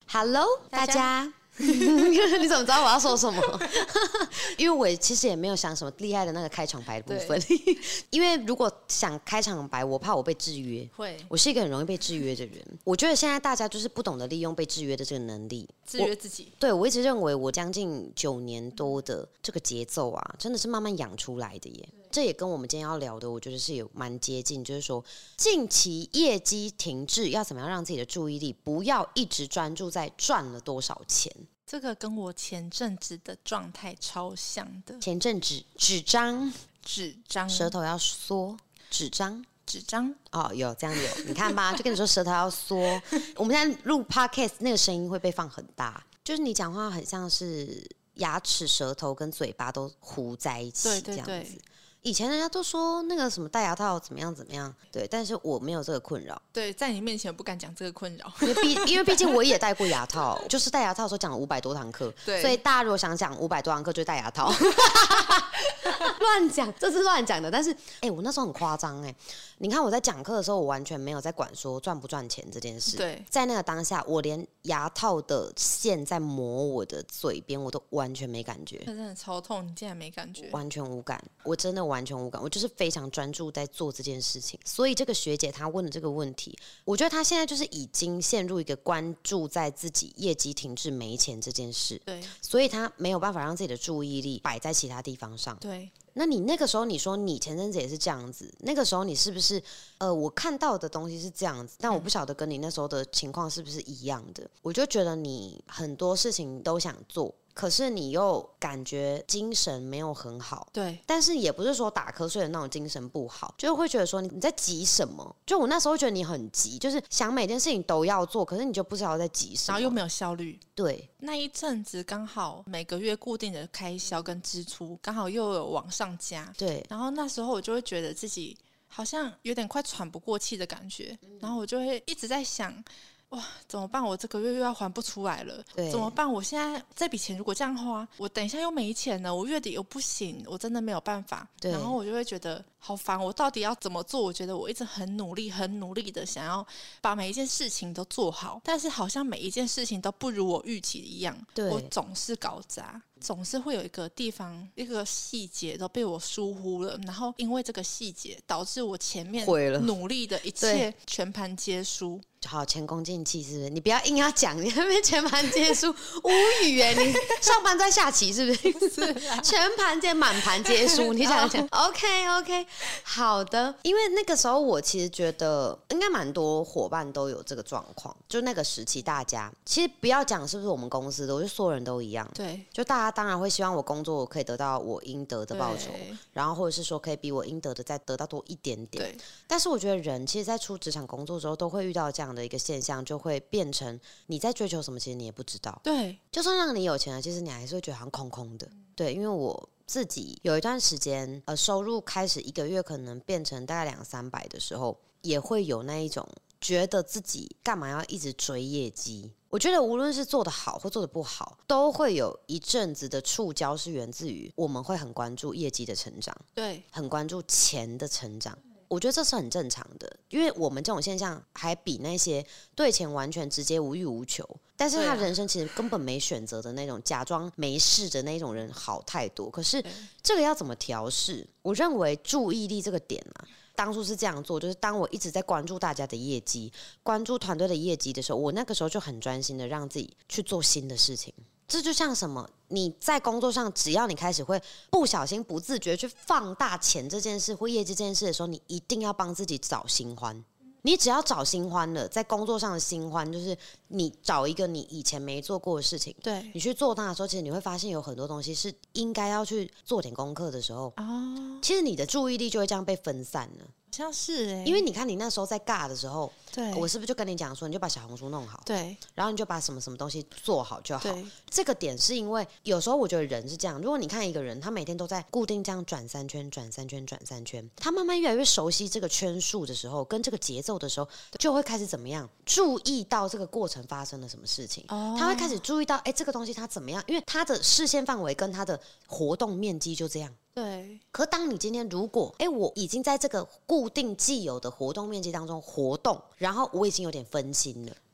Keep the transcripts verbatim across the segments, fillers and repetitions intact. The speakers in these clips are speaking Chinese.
Hello， 大家。你怎么知道我要说什么？因为我其实也没有想什么厉害的那个开场白的部分。因为如果想开场白，我怕我被制约。 会， 我是一个很容易被制约的人。我觉得现在大家就是不懂得利用被制约的这个能力， 制约自己。 对，我一直认为我将近九年多的这个节奏啊，真的是慢慢养出来的耶。这也跟我们今天要聊的，我觉得是有蛮接近，就是说近期业绩停滞，要怎么样让自己的注意力不要一直专注在赚了多少钱。 这个跟我前阵子的状态超像的。 前阵子纸张， 纸张， 舌头要缩，纸张。 纸张哦，有这样有，你看吧，就跟你说舌头要缩。我们现在录 podcast 那个声音会被放很大，就是你讲话很像是牙齿、舌头跟嘴巴都糊在一起， 对对对， 这样子。以前人家都说那个什么戴牙套怎么样怎么样，对，但是我没有这个困扰。 对，在你面前不敢讲这个困扰， 因为毕因为毕竟我也戴过牙套，就是戴牙套的时候讲了五百多堂课， 对， 所以大家如果想讲五百多堂课，就戴牙套。乱讲，这是乱讲的。但是，哎、欸，我那时候很夸张哎。你看我在讲课的时候，我完全没有在管说赚不赚钱这件事。 对， 在那个当下，我连牙套的线在磨我的嘴边，我都完全没感觉。 真的超痛，你竟然没感觉？ 完全无感，我真的完全无感。我就是非常专注在做这件事情。所以这个学姐她问的这个问题，我觉得她现在就是已经陷入一个关注在自己业绩停滞没钱这件事。 对， 所以她没有办法让自己的注意力摆在其他地方上。 对。 那你那个时候你说你前阵子也是这样子，那个时候你是不是呃我看到的东西是这样子，但我不晓得跟你那时候的情况是不是一样的。我就觉得你很多事情都想做，可是你又感觉精神没有很好， 对， 但是也不是说打瞌睡的那种精神不好，就会觉得说你在急什么。就我那时候觉得你很急，就是想每件事情都要做，可是你就不知道在急什么， 然后又没有效率。 对， 那一阵子刚好每个月固定的开销跟支出刚好又有往上加， 对， 然后那时候我就会觉得自己好像有点快喘不过气的感觉，然后我就会一直在想，哇，怎么办？我这个月又要还不出来了，怎么办？我现在这笔钱如果这样花，我等一下又没钱了，我月底又不行，我真的没有办法。然后我就会觉得好烦，我到底要怎么做？我觉得我一直很努力，很努力的想要把每一件事情都做好，但是好像每一件事情都不如我预期一样，我总是搞砸。总是会有一个地方一个细节都被我疏忽了，然后因为这个细节导致我前面努力的一切全盘皆输。 好，前功尽弃是不是？你不要硬要讲，你那边全盘皆输，无语哎！你上班在下棋是不是？ 是、啊， 全盘皆满盘皆输。你想讲 ？OK OK， 好的。因为那个时候我其实觉得应该蛮多伙伴都有这个状况，就那个时期大家其实不要讲是不是我们公司的，我觉得所有人都一样。 对， 就大家当然会希望我工作可以得到我应得的报酬，然后或者是说可以比我应得的再得到多一点点。 对， 但是我觉得人其实在出职场工作之后都会遇到这样的一个现象，就会变成你在追求什么其实你也不知道。 对， 就算让你有钱了，其实你还是会觉得好像空空的。嗯、对，因为我自己有一段时间呃收入开始一个月可能变成大概两三百的时候，也会有那一种觉得自己干嘛要一直追业绩。我觉得无论是做得好或做得不好，都会有一阵子的触礁是源自于我们会很关注业绩的成长， 对， 很关注钱的成长。我觉得这是很正常的，因为我们这种现象还比那些对钱完全直接无欲无求，但是他人生其实根本没选择的那种假装没事的那种人好太多。可是这个要怎么调试？我认为注意力这个点啊，当初是这样做，就是当我一直在关注大家的业绩，关注团队的业绩的时候，我那个时候就很专心的让自己去做新的事情。这就像什么？你在工作上，只要你开始会不小心、不自觉去放大钱这件事或业绩这件事的时候，你一定要帮自己找新欢。你只要找新欢了，在工作上的新欢，就是你找一个你以前没做过的事情， 对， 你去做它的时候，其实你会发现有很多东西是应该要去做点功课的时候，哦，其实你的注意力就会这样被分散了。 好像是哎、欸， 因为你看你那时候在尬的时候， 对， 我是不是就跟你讲说，你就把小红书弄好， 对， 然后你就把什么什么东西做好就好。这个点是因为有时候我觉得人是这样，如果你看一个人，他每天都在固定这样转三圈、转三圈、转三圈，他慢慢越来越熟悉这个圈数的时候，跟这个节奏的时候，就会开始怎么样？注意到这个过程发生了什么事情，哦、他会开始注意到，哎，这个东西它怎么样？因为他的视线范围跟他的活动面积就这样。 对， 可当你今天如果哎，我已经在这个固定既有的活动面积当中活动，然后我已经有点分心了，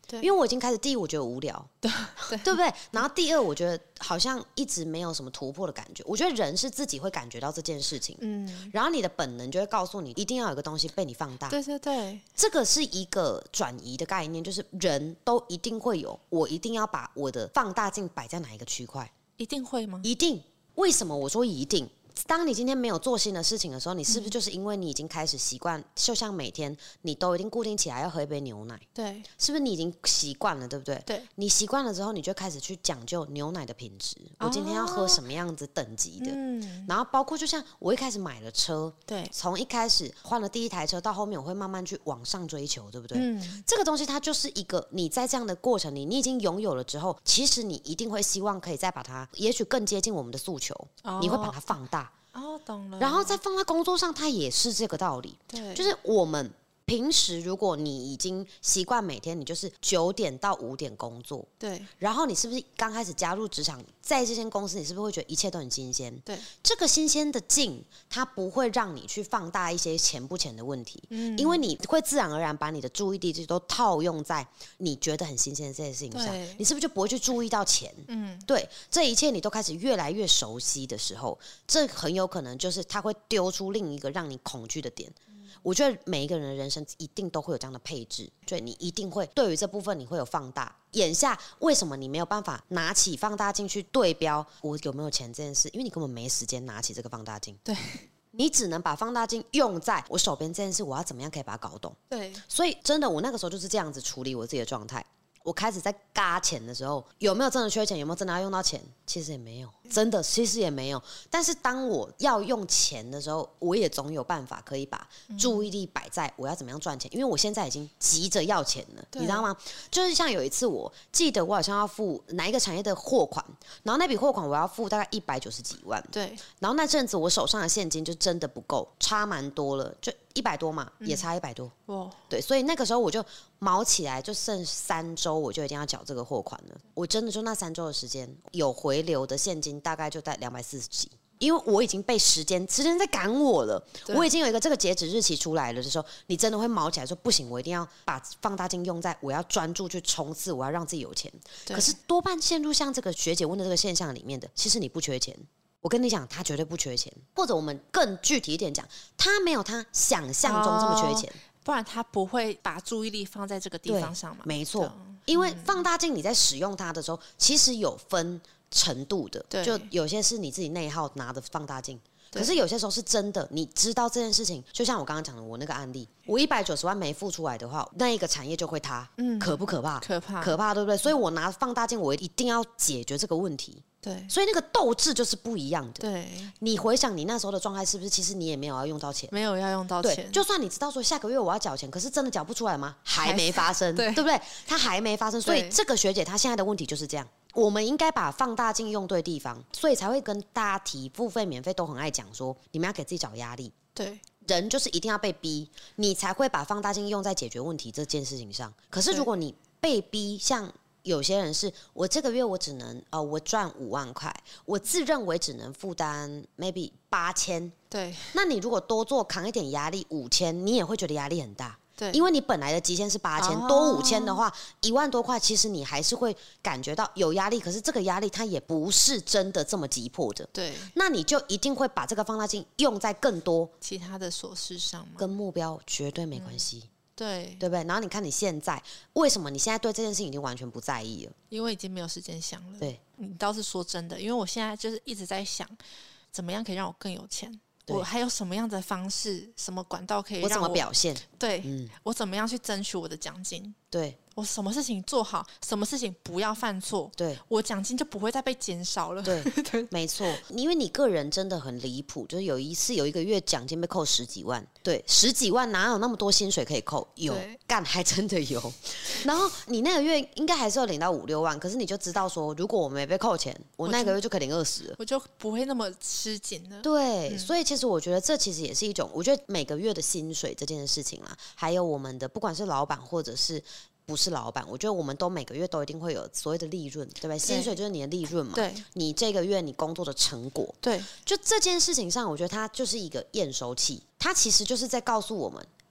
因为我已经开始第一，我觉得无聊， 对对对不对？然后第二，我觉得好像一直没有什么突破的感觉。我觉得人是自己会感觉到这件事情，嗯，然后你的本能就会告诉你，一定要有个东西被你放大。 对对对， 这个是一个转移的概念，就是人都一定会有，我一定要把我的放大镜摆在哪一个区块？ 一定会吗？ 一定。为什么我说一定？当你今天没有做新的事情的时候，你是不是就是因为你已经开始习惯，就像每天你都一定固定起来要喝一杯牛奶， 对， 是不是你已经习惯了，对不对？ 对， 你习惯了之后，你就开始去讲究牛奶的品质，我今天要喝什么样子等级的，嗯，然后包括就像我一开始买了车， 对， 从一开始换了第一台车到后面，我会慢慢去往上追求，对不对？嗯，这个东西它就是一个你在这样的过程里，你已经拥有了之后，其实你一定会希望可以再把它，也许更接近我们的诉求，哦，你会把它放大。 哦，懂了。 然后再放在工作上，它也是这个道理。 对， 就是我们平时如果你已经习惯每天你就是九点到五点工作， 对， 然后你是不是刚开始加入职场，在这间公司，你是不是会觉得一切都很新鲜？ 对， 这个新鲜的劲，它不会让你去放大一些钱不钱的问题，嗯，因为你会自然而然把你的注意力就都套用在你觉得很新鲜的这件事情上，你是不是就不会去注意到钱？嗯，对，这一切你都开始越来越熟悉的时候，这很有可能就是它会丢出另一个让你恐惧的点。我觉得每一个人的人生一定都会有这样的配置，所以你一定会对于这部分你会有放大。眼下为什么你没有办法拿起放大镜去对标我有没有钱这件事？因为你根本没时间拿起这个放大镜。 对， 你只能把放大镜用在我手边这件事，我要怎么样可以把它搞懂？ 对， 所以真的，我那个时候就是这样子处理我自己的状态。我开始在嘎钱的时候，有没有真的缺钱？有没有真的要用到钱？其实也没有，真的其实也没有。但是当我要用钱的时候，我也总有办法可以把注意力摆在我要怎么样赚钱，因为我现在已经急着要钱了，你知道吗？就是像有一次，我记得我好像要付哪一个产业的货款，然后那笔货款我要付大概一百九十几万， 对。 然后那阵子我手上的现金就真的不够，差蛮多了，就一百多嘛，也差一百多。哦，对，所以那个时候我就毛起来，就剩三周，我就一定要缴这个货款了。我真的就那三周的时间，有回流的现金大概就在两百四十几，因为我已经被时间时间在赶我了，我已经有一个这个截止日期出来了的时候，你真的会毛起来说不行，我一定要把放大镜用在我要专注去冲刺，我要让自己有钱。可是多半陷入像这个学姐问的这个现象里面的，其实你不缺钱。我跟你讲，他绝对不缺钱，或者我们更具体一点讲，他没有他想象中这么缺钱，哦， 不然他不会把注意力放在这个地方上嘛。 没错，因为放大镜你在使用它的时候，其实有分程度的，就有些是你自己内耗拿的放大镜。可是有些时候是真的，你知道这件事情，就像我刚刚讲的，我那个案例，我一百九十万没付出来的话，那一个产业就会塌，嗯，可不可怕？ 可怕， 可怕，对不对？所以我拿放大镜，我一定要解决这个问题。 对， 所以那个斗志就是不一样的。 对， 你回想你那时候的状态，是不是其实你也没有要用到钱？ 没有要用到钱。 对，就算你知道说下个月我要缴钱，可是真的缴不出来吗？还没发生，对，对不对？它还没发生，所以这个学姐她现在的问题就是这样。我们应该把放大镜用对地方，所以才会跟大家提付费免费都很爱讲说，你们要给自己找压力。 对， 人就是一定要被逼，你才会把放大镜用在解决问题这件事情上。可是如果你被逼，像有些人是我这个月我只能呃我赚五万块，我自认为只能负担 maybe 八千， 对， 那你如果多做扛一点压力五千，你也会觉得压力很大。 对， 因为你本来的极限是八千，多五千的话，一万多块，其实你还是会感觉到有压力。可是这个压力它也不是真的这么急迫的。 对， 那你就一定会把这个放大镜用在更多其他的琐事上吗？ 跟目标绝对没关系。嗯， 对， 对不对？然后你看你现在为什么你现在对这件事情已经完全不在意了？ 因为已经没有时间想了。 对， 你倒是说真的，因为我现在就是一直在想，怎么样可以让我更有钱。我还有什么样的方式、什么管道可以让我， 我怎么表现？ 对，嗯，我怎么样去争取我的奖金？ 对， 我什么事情做好，什么事情不要犯错， 对， 我奖金就不会再被减少了。 对，对，没错，因为你个人真的很离谱，就是有一次有一个月奖金被扣十几万，对，十几万哪有那么多薪水可以扣？有，干还真的有。然后你那个月应该还是要领到五六万，可是你就知道说，如果我没被扣钱，我那个月就可以领二十了， 我就不会那么吃紧了。 对，嗯，所以其实我觉得这其实也是一种，我觉得每个月的薪水这件事情啦，还有我们的不管是老板或者是不是老板，我觉得我们都每个月都一定会有所谓的利润，对不对？薪水就是你的利润嘛， 对， 你这个月你工作的成果， 对， 就这件事情上，我觉得它就是一个验收器，它其实就是在告诉我们，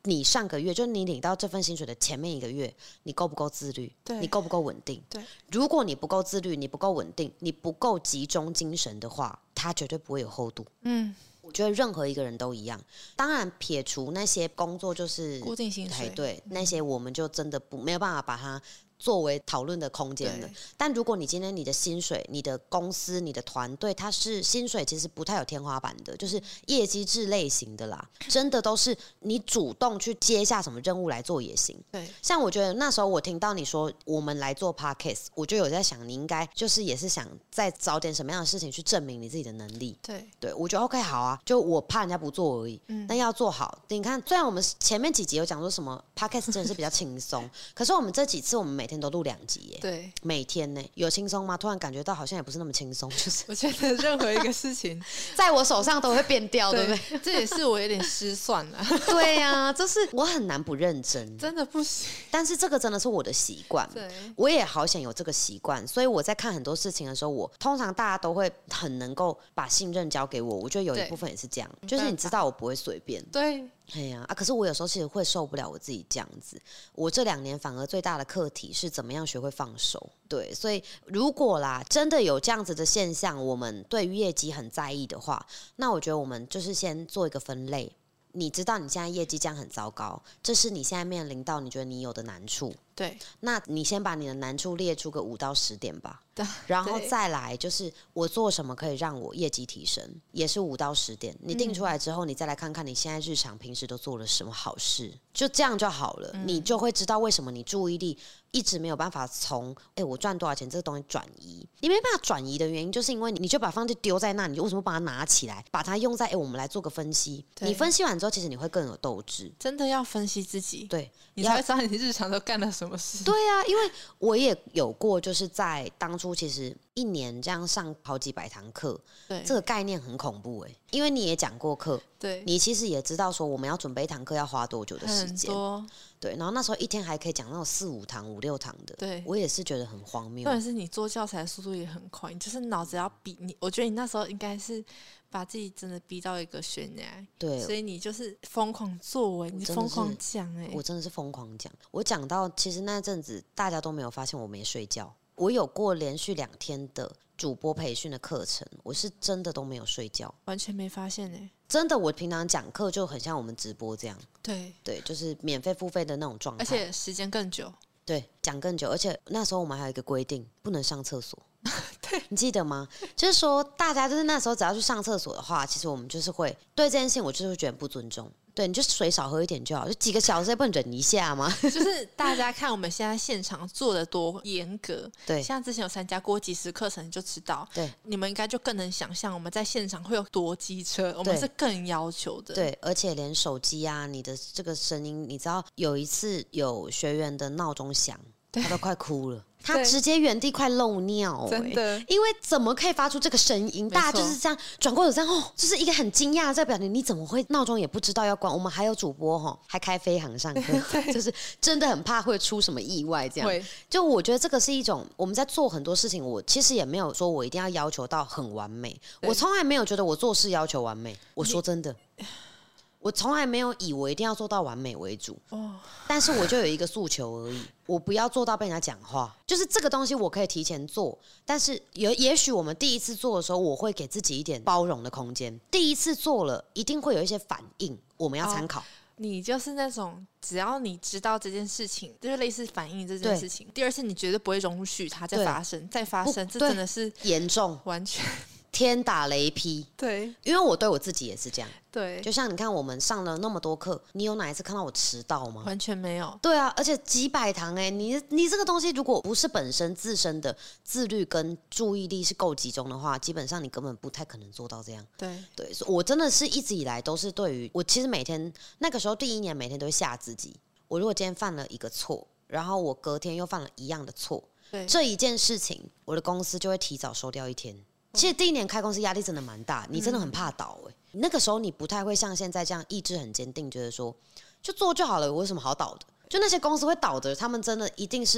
你上个月就是你领到这份薪水的前面一个月，你够不够自律？你够不够稳定？ 对， 如果你不够自律，你不够稳定，你不够集中精神的话，它绝对不会有厚度。嗯。我觉得任何一个人都一样，当然撇除那些工作就是固定薪水， 对，那些我们就真的不没有办法把它作为讨论的空间的。但如果你今天你的薪水、你的公司、你的团队，它是薪水其实不太有天花板的，就是业绩制类型的啦，真的都是你主动去接下什么任务来做也行。 对， 像我觉得那时候我听到你说我们来做 podcast， 我就有在想，你应该就是也是想再找点什么样的事情去证明你自己的能力。 对， 对我觉得 OK 好啊，就我怕人家不做而已，嗯，但要做好。你看，虽然我们前面几集有讲说什么 podcast 真的是比较轻松，可是我们这几次我们每天都录两集耶， 对， 每天呢有轻松吗？突然感觉到好像也不是那么轻松，就是我觉得任何一个事情在我手上都会变掉，对不对？ 这也是我有点失算了。 对呀、啊，就是我很难不认真， 真的不行。 但是这个真的是我的习惯， 对， 我也好想有这个习惯，所以我在看很多事情的时候，我通常大家都会很能够把信任交给我。我觉得有一部分也是这样，就是你知道我不会随便。 对。 哎呀啊！可是我有时候其实会受不了我自己这样子。我这两年反而最大的课题是怎么样学会放手。对，所以如果啦真的有这样子的现象，我们对于业绩很在意的话，那我觉得我们就是先做一个分类。你知道你现在业绩这样很糟糕，这是你现在面临到你觉得你有的难处。 对， 那你先把你的难处列出个五到十点吧。然后再来就是我做什么可以让我业绩提升，也是五到十点。你定出来之后，你再来看看你现在日常平时都做了什么好事，就这样就好了。嗯、你就会知道为什么你注意力一直没有办法从哎我赚多少钱这个东西转移。你没办法转移的原因，就是因为你就把放弃丢在那，你为什么把它拿起来，把它用在哎我们来做个分析？你分析完之后，其实你会更有斗志。 真的要分析自己， 对， 你才会知道你日常都干了什么事。 对啊，因为我也有过，就是在当初其实一年这样上好几百堂课，对，这个概念很恐怖哎、欸。因为你也讲过课， 对， 你其实也知道说我们要准备一堂课要花多久的时间，对，然后那时候一天还可以讲那种四五堂、五六堂的，对，我也是觉得很荒谬。 或者是你做教材的速度也很快，你就是脑子要逼你，我觉得你那时候应该是把自己真的逼到一个悬崖，对，所以你就是疯狂作为，你疯狂讲，哎， 我真的是疯狂讲。我讲到其实那阵子大家都没有发现我没睡觉，我有过连续两天的主播培训的课程，我是真的都没有睡觉， 完全没发现哎、欸。 真的，我平常讲课就很像我们直播这样， 对对，就是免费付费的那种状态， 而且时间更久， 对，讲更久，而且那时候我们还有一个规定，不能上厕所。对，你记得吗？就是说，大家就是那时候只要去上厕所的话，其实我们就是会对这件事情，我就是会觉得不尊重。对，你就水少喝一点就好，就几个小时也不能忍一下吗？ 就是大家看我们现在现场做的多严格， 对， 像之前有参加过即时课程，你就知道， 对， 你们应该就更能想象我们在现场会有多机车，我们是更要求的， 对，而且连手机啊，你的这个声音，你知道有一次有学员的闹钟响，他都快哭了。他直接原地快漏尿、欸， 真的， 因为怎么可以发出这个声音？大家就是这样转过头这样，哦，就是一个很惊讶的这个表情。你怎么会闹钟也不知道要关？我们还有主播哈，还开飞航上课，就是真的很怕会出什么意外。这样，就我觉得这个是一种我们在做很多事情，我其实也没有说我一定要要求到很完美，我从来没有觉得我做事要求完美。我说真的。我从来没有以我一定要做到完美为主，哦，但是我就有一个诉求而已，我不要做到被人家讲话。就是这个东西我可以提前做，但是也也许我们第一次做的时候，我会给自己一点包容的空间。第一次做了，一定会有一些反应，我们要参考。哦， 你就是那种只要你知道这件事情，就是类似反应这件事情，第二次你绝对不会容许它再发生，再发生，这真的是严重， 完全。 天打雷劈， 对， 因为我对我自己也是这样， 对， 就像你看我们上了那么多课，你有哪一次看到我迟到吗？ 完全没有。 对啊，而且几百堂哎、欸，你你这个东西如果不是本身自身的自律跟注意力是够集中的话，基本上你根本不太可能做到这样。 对对，我真的是一直以来都是对于我其实每天那个时候第一年每天都会吓自己，我如果今天犯了一个错，然后我隔天又犯了一样的错，对，这一件事情我的公司就会提早收掉一天。其实第一年开公司压力真的蛮大，你真的很怕倒哎、欸嗯。那个时候你不太会像现在这样意志很坚定，觉得说就做就好了，有什么好倒的？就那些公司会倒的，他们真的一定是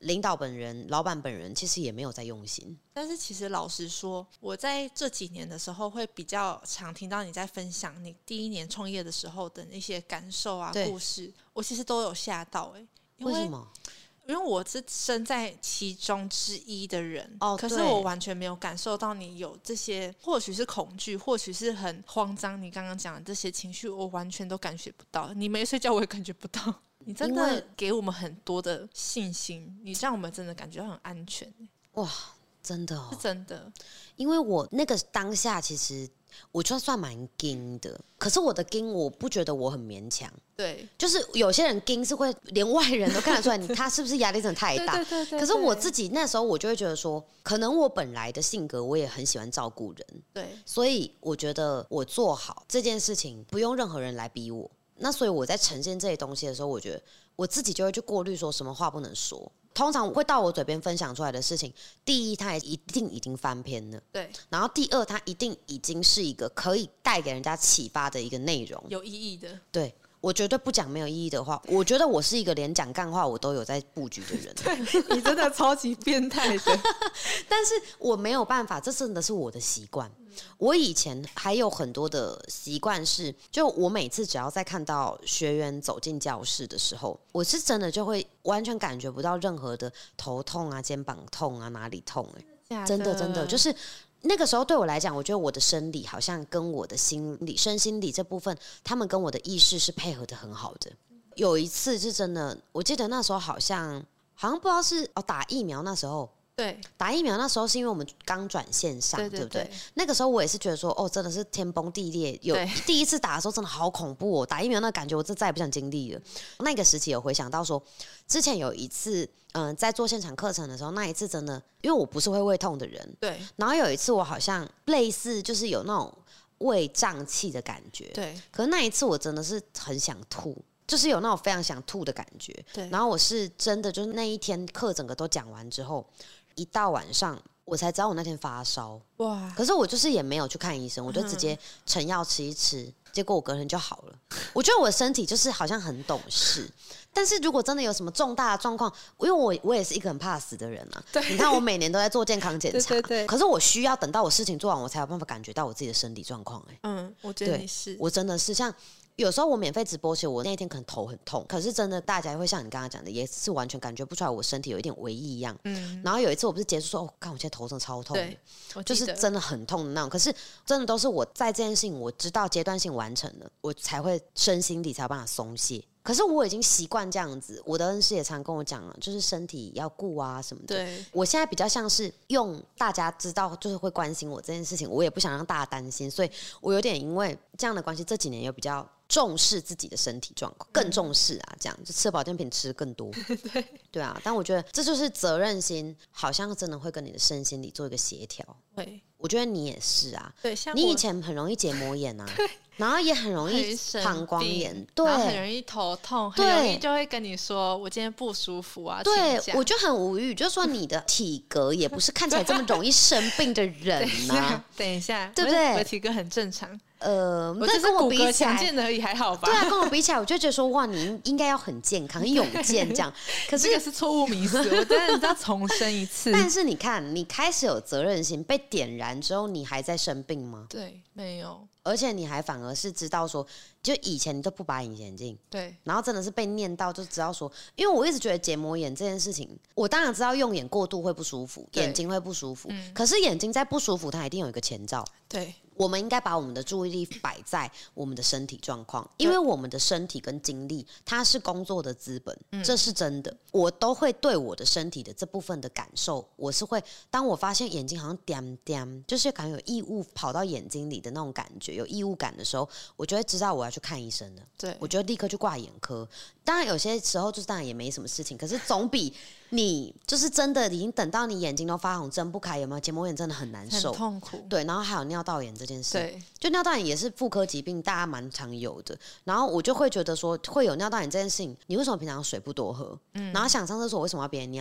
领导本人、老板本人其实也没有在用心。 但是其实老实说，我在这几年的时候会比较常听到你在分享你第一年创业的时候的那些感受啊、故事，我其实都有吓到、欸、因为为什么？ 因为我是身在其中之一的人、 哦、 可是我完全没有感受到你有这些，或许是恐惧，或许是很慌张，你刚刚讲的这些情绪我完全都感觉不到。你没睡觉我也感觉不到，你真的给我们很多的信心，你让我们真的感觉到很安全。 哇，真的哦， 是真的。 因为我那个当下其实我就算蛮惊的，可是我的惊我不觉得我很勉强。 对， 就是有些人惊是会连外人都看得出来他是不是压力真的太大。 对对对对对， 可是我自己那时候我就会觉得说，可能我本来的性格我也很喜欢照顾人， 对， 所以我觉得我做好这件事情不用任何人来逼我。那所以我在呈现这些东西的时候，我觉得我自己就会去过滤说什么话不能说。通常会到我嘴边分享出来的事情，第一，它一定已经翻篇了， 对。 然后第二，它一定已经是一个可以带给人家启发的一个内容， 有意义的。 对，我绝对不讲没有意义的话。我觉得我是一个连讲干话我都有在布局的人。 对，你真的超级变态的。 但是我没有办法，这真的是我的习惯。我以前还有很多的习惯是，就我每次只要在看到学员走进教室的时候，我是真的就会完全感觉不到任何的头痛啊、肩膀痛啊、哪里痛、欸、真的真的就是那个时候对我来讲，我觉得我的生理好像跟我的心理、身心理这部分，他们跟我的意识是配合的很好的。有一次是真的，我记得那时候好像好像不知道是哦打疫苗那时候。 对， 打疫苗那时候是因为我们刚转线上， 对, 对, 对不对？那个时候我也是觉得说，哦，真的是天崩地裂。有第一次打的时候真的好恐怖哦，打疫苗那感觉我真再也不想经历了。那个时期有回想到说，之前有一次，嗯、呃，在做现场课程的时候，那一次真的，因为我不是会胃痛的人， 对。 然后有一次我好像类似就是有那种胃胀气的感觉， 对。 可是那一次我真的是很想吐。就是有那种非常想吐的感觉， 对。 然后我是真的，就是那一天课整个都讲完之后，一到晚上我才知道我那天发烧，哇！可是我就是也没有去看医生，我就直接成药吃一吃，嗯、结果我隔天就好了。我觉得我的身体就是好像很懂事，但是如果真的有什么重大的状况，因为我我也是一个很怕死的人啊。你看我每年都在做健康检查， 对对对。 可是我需要等到我事情做完，我才有办法感觉到我自己的身体状况。哎， 嗯，我觉得你是， 我真的是像。有时候我免费直播，其实我那一天可能头很痛，可是真的大家会像你刚刚讲的，也是完全感觉不出来我身体有一点微异样。嗯，然后有一次我不是结束说，哦，看我现在头真的超痛的， 对，我就是真的很痛的那种。可是真的都是我在这件事情我知道阶段性完成了，我才会身心里才有办法松懈。可是我已经习惯这样子，我的恩师也常跟我讲了，就是身体要顾啊什么的。 对， 我现在比较像是用大家知道，就是会关心我这件事情，我也不想让大家担心，所以我有点因为这样的关系，这几年有比较重视自己的身体状况，更重视啊，这样就吃保健品吃更多。 对对啊，但我觉得这就是责任心，好像真的会跟你的身心里做一个协调。 对， 我觉得你也是啊。 对，像你以前很容易结膜炎啊。然后也很容易膀胱炎，对， 然后很容易头痛，很容易就会跟你说我今天不舒服啊。 对，我就很无语，就是说你的体格也不是看起来这么容易生病的人啊。 等一下， 对不对？ 我的体格很正常。 呃， 我就是骨骼强健的而已，还好吧？ 对啊，跟我比起来，我就觉得说哇，你应该要很健康、很勇健这样。可是这个是错误迷思，我真的要重申一次。 但是你看，你开始有责任心被点燃之后，你还在生病吗？ 对，没有。 而且你还反而是知道说，就以前你都不拔隐形眼镜， 对， 然后真的是被念到就知道说，因为我一直觉得结膜炎这件事情，我当然知道用眼过度会不舒服，眼睛会不舒服，嗯、可是眼睛在不舒服，它一定有一个前兆， 对。 我们应该把我们的注意力摆在我们的身体状况，因为我们的身体跟精力，它是工作的资本，嗯、这是真的。我都会对我的身体的这部分的感受，我是会，当我发现眼睛好像点点，就是感觉有异物跑到眼睛里的那种感觉，有异物感的时候，我就会知道我要去看医生了。 对， 我就立刻去挂眼科。当然有些时候就是当然也没什么事情，可是总比你就是真的已经等到你眼睛都发红睁不开，有没有结膜炎真的很难受， 很痛苦。 对，然后还有尿道炎这件事， 对， 就尿道炎也是妇科疾病，大家蛮常有的。然后我就会觉得说，会有尿道炎这件事情，你为什么平常水不多喝？嗯、然后想上厕所为什么要憋尿？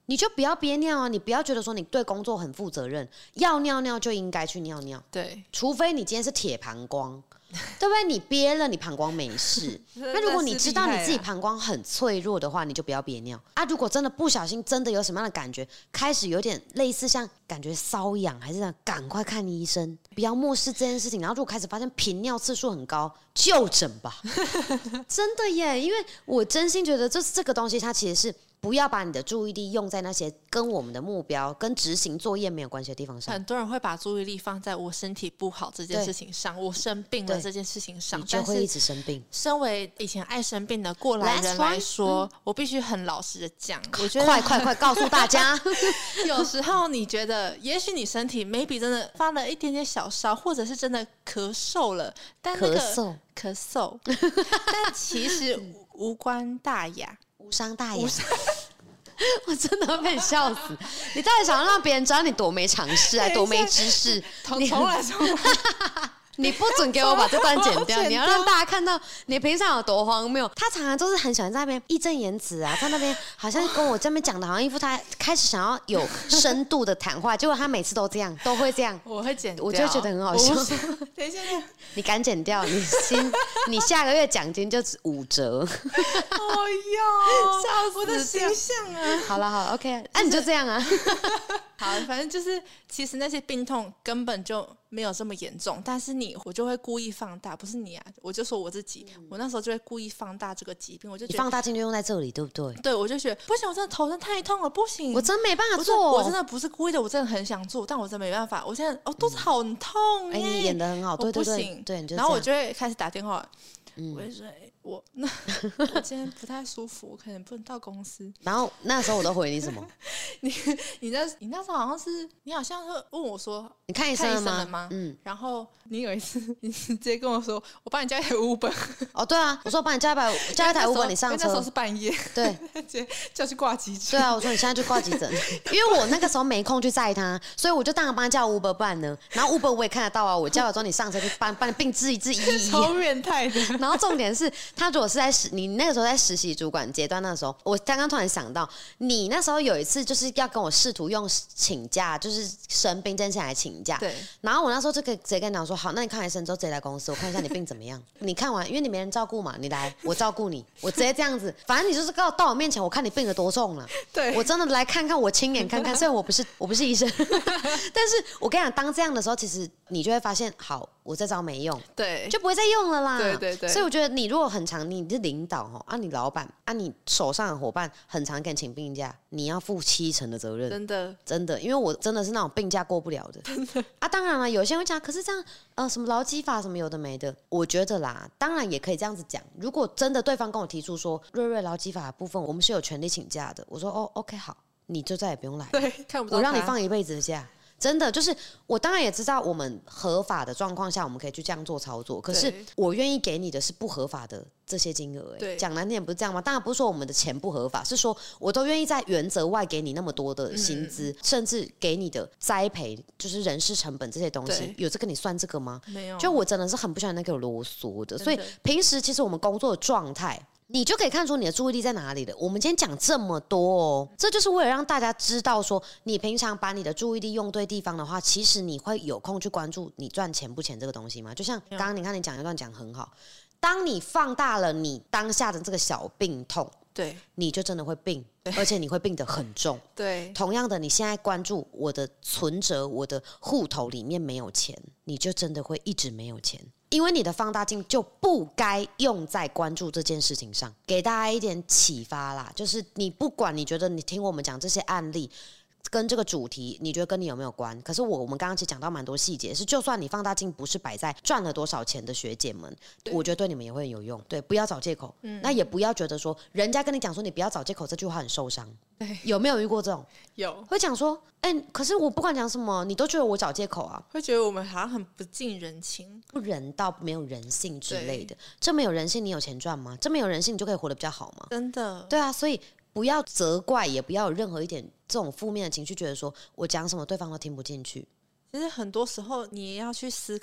你就不要憋尿啊！你不要觉得说你对工作很负责任，要尿尿就应该去尿尿。 对， 除非你今天是铁膀胱，对不对？你憋了，你膀胱没事。那如果你知道你自己膀胱很脆弱的话，你就不要憋尿啊！如果真的不小心，真的有什么样的感觉，开始有点类似像感觉瘙痒，还是这样，赶快看医生，不要漠视这件事情。然后如果开始发现频尿次数很高，就诊吧。真的耶，因为我真心觉得这这个东西，它其实是。不要把你的注意力用在那些跟我们的目标、跟执行作业没有关系的地方上。 很多人会把注意力放在我身体不好这件事情上，我生病了这件事情上， 你就会一直生病。 身为以前爱生病的过来人来说，嗯、我必须很老实的讲，我觉得快快快告诉大家， 有时候你觉得，也许你身体 maybe 真的发了一点点小烧，或者是真的咳嗽了，但那个咳嗽咳嗽，但其实无关大雅。 无伤大雅，我真的会被笑死！你到底想要让别人知道你多没常识，还多没知识？ 重重来重来！ 你不准给我把这段剪掉，你要让大家看到你平常有多荒谬。他常常都是很喜欢在那边义正言辞啊，在那边好像跟我这边讲的，好像一副他开始想要有深度的谈话，结果他每次都这样，都会这样。 我会剪掉， 我就觉得很好笑。 等一下， 你敢剪掉？你新你下个月奖金就五折。 哦哟，笑死我的形象啊！ 好了好了 ，OK， 那、啊、你就这样啊。 好，反正就是，其实那些病痛根本就没有这么严重，但是你我就会故意放大，不是你啊，我就说我自己，嗯、我那时候就会故意放大这个疾病，我就觉得你放大镜就用在这里，对不对？ 对，我就觉得不行，我真的头真的太痛了，不行， 我真没办法做， 我真的不是故意的，我真的很想做，但我真的没办法，我现在哦肚子好痛哎、欸， 你演得很好，对对对， 不行， 对， 然后我就会开始打电话。 嗯、 我会说，欸、我那我今天不太舒服，我可能不能到公司。 然后那时候我都回你什么？ 你你那你那时候好像是你好像是问我说， 你看医生了吗？ 了吗？嗯。然后你有一次你直接跟我说，我帮你加一台 Uber。哦， 对啊，我说我帮你加一台加一台 Uber， 你上车。 那时候是半夜。 对， 直接叫去挂急诊。 对啊，我说你现在去挂急诊，因为我那个时候没空去载他，所以我就当然帮他叫 Uber 办呢。然后 Uber 我也看得到啊，我叫了之后你上车去帮帮你病治一治医医。 超变态的。 然后重点是。他如果是在实你那个时候在实习主管阶段，那个时候我刚刚突然想到，你那时候有一次就是要跟我试图用请假，就是生病真起来请假。 对。 然后我那时候就可以直接跟你讲说，好，那你看完医生之后直接来公司，我看一下你病怎么样。你看完，因为你没人照顾嘛，你来，我照顾你，我直接这样子，反正你就是到到我面前，我看你病得多重了。 对。 我真的来看看，我亲眼看看，虽然我不是我不是医生，但是我跟你讲，当这样的时候，其实你就会发现，好，我这招没用， 对， 就不会再用了啦。 对对对。 所以我觉得你如果很常，你是领导哦，啊，你老板啊，你手上的伙伴很常给你请病假，你要负七成的责任， 真的真的，因为我真的是那种病假过不了的，真的啊。当然了，有些人会讲，可是这样呃，什么劳基法什么有的没的，我觉得啦，当然也可以这样子讲。如果真的对方跟我提出说，瑞瑞劳基法的部分我们是有权利请假的，我说哦 ，OK 好，你就再也不用来了， 对，看不到他， 我让你放一辈子的假。真的就是我当然也知道我们合法的状况下我们可以去这样做操作，可是我愿意给你的是不合法的这些金额、欸、讲难听点不是这样吗？当然不是说我们的钱不合法，是说我都愿意在原则外给你那么多的薪资、嗯、甚至给你的栽培就是人事成本这些东西，有这跟你算这个吗？ 没有。 就我真的是很不喜欢那个啰嗦的，所以平时其实我们工作的状态你就可以看出你的注意力在哪里了。我们今天讲这么多哦，这就是为了让大家知道说，你平常把你的注意力用对地方的话，其实你会有空去关注你赚钱不钱这个东西吗？就像刚刚你看你讲一段讲很好，当你放大了你当下的这个小病痛， 对， 你就真的会病，而且你会病得很重。 对， 同样的，你现在关注我的存折，我的户头里面没有钱，你就真的会一直没有钱。因为你的放大镜就不该用在关注这件事情上。给大家一点启发啦，就是你不管你觉得你听我们讲这些案例跟这个主题你觉得跟你有没有关，可是我我们刚刚其实讲到蛮多细节，是就算你放大镜不是摆在赚了多少钱的学姐们，我觉得对你们也会有用。对，不要找借口、嗯、那也不要觉得说人家跟你讲说你不要找借口这句话很受伤。 对， 有没有遇过这种？ 有， 会讲说哎、欸，可是我不管讲什么你都觉得我找借口啊， 会觉得我们好像很不近人情， 不人道，没有人性之类的。这没有人性你有钱赚吗？这没有人性你就可以活得比较好吗？ 真的。 对啊，所以不要责怪，也不要有任何一点这种负面的情绪，觉得说我讲什么对方都听不进去。 其实很多时候你也要去思考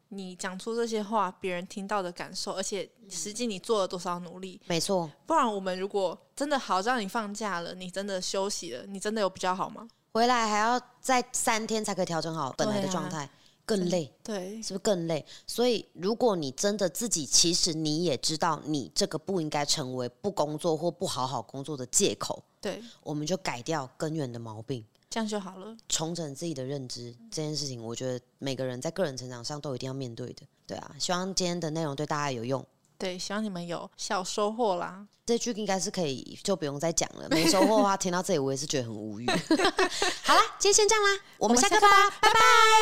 你讲出这些话别人听到的感受，而且实际你做了多少努力。 没错， 不然我们如果真的好让你放假了，你真的休息了，你真的有比较好吗？ 回来还要再三天才可以调整好本来的状态、啊、更累， 对， 是不是更累？所以如果你真的自己其实你也知道你这个不应该成为不工作或不好好工作的借口， 对， 我们就改掉根源的毛病， 这样就好了。 重整自己的认知这件事情，我觉得每个人在个人成长上都一定要面对的。对啊，希望今天的内容对大家有用。 对，希望你们有小收获啦。 这句应该是可以就不用再讲了，没收获的话听到这里我也是觉得很无语。好啦，今天先这样啦，我们下课吧，拜拜。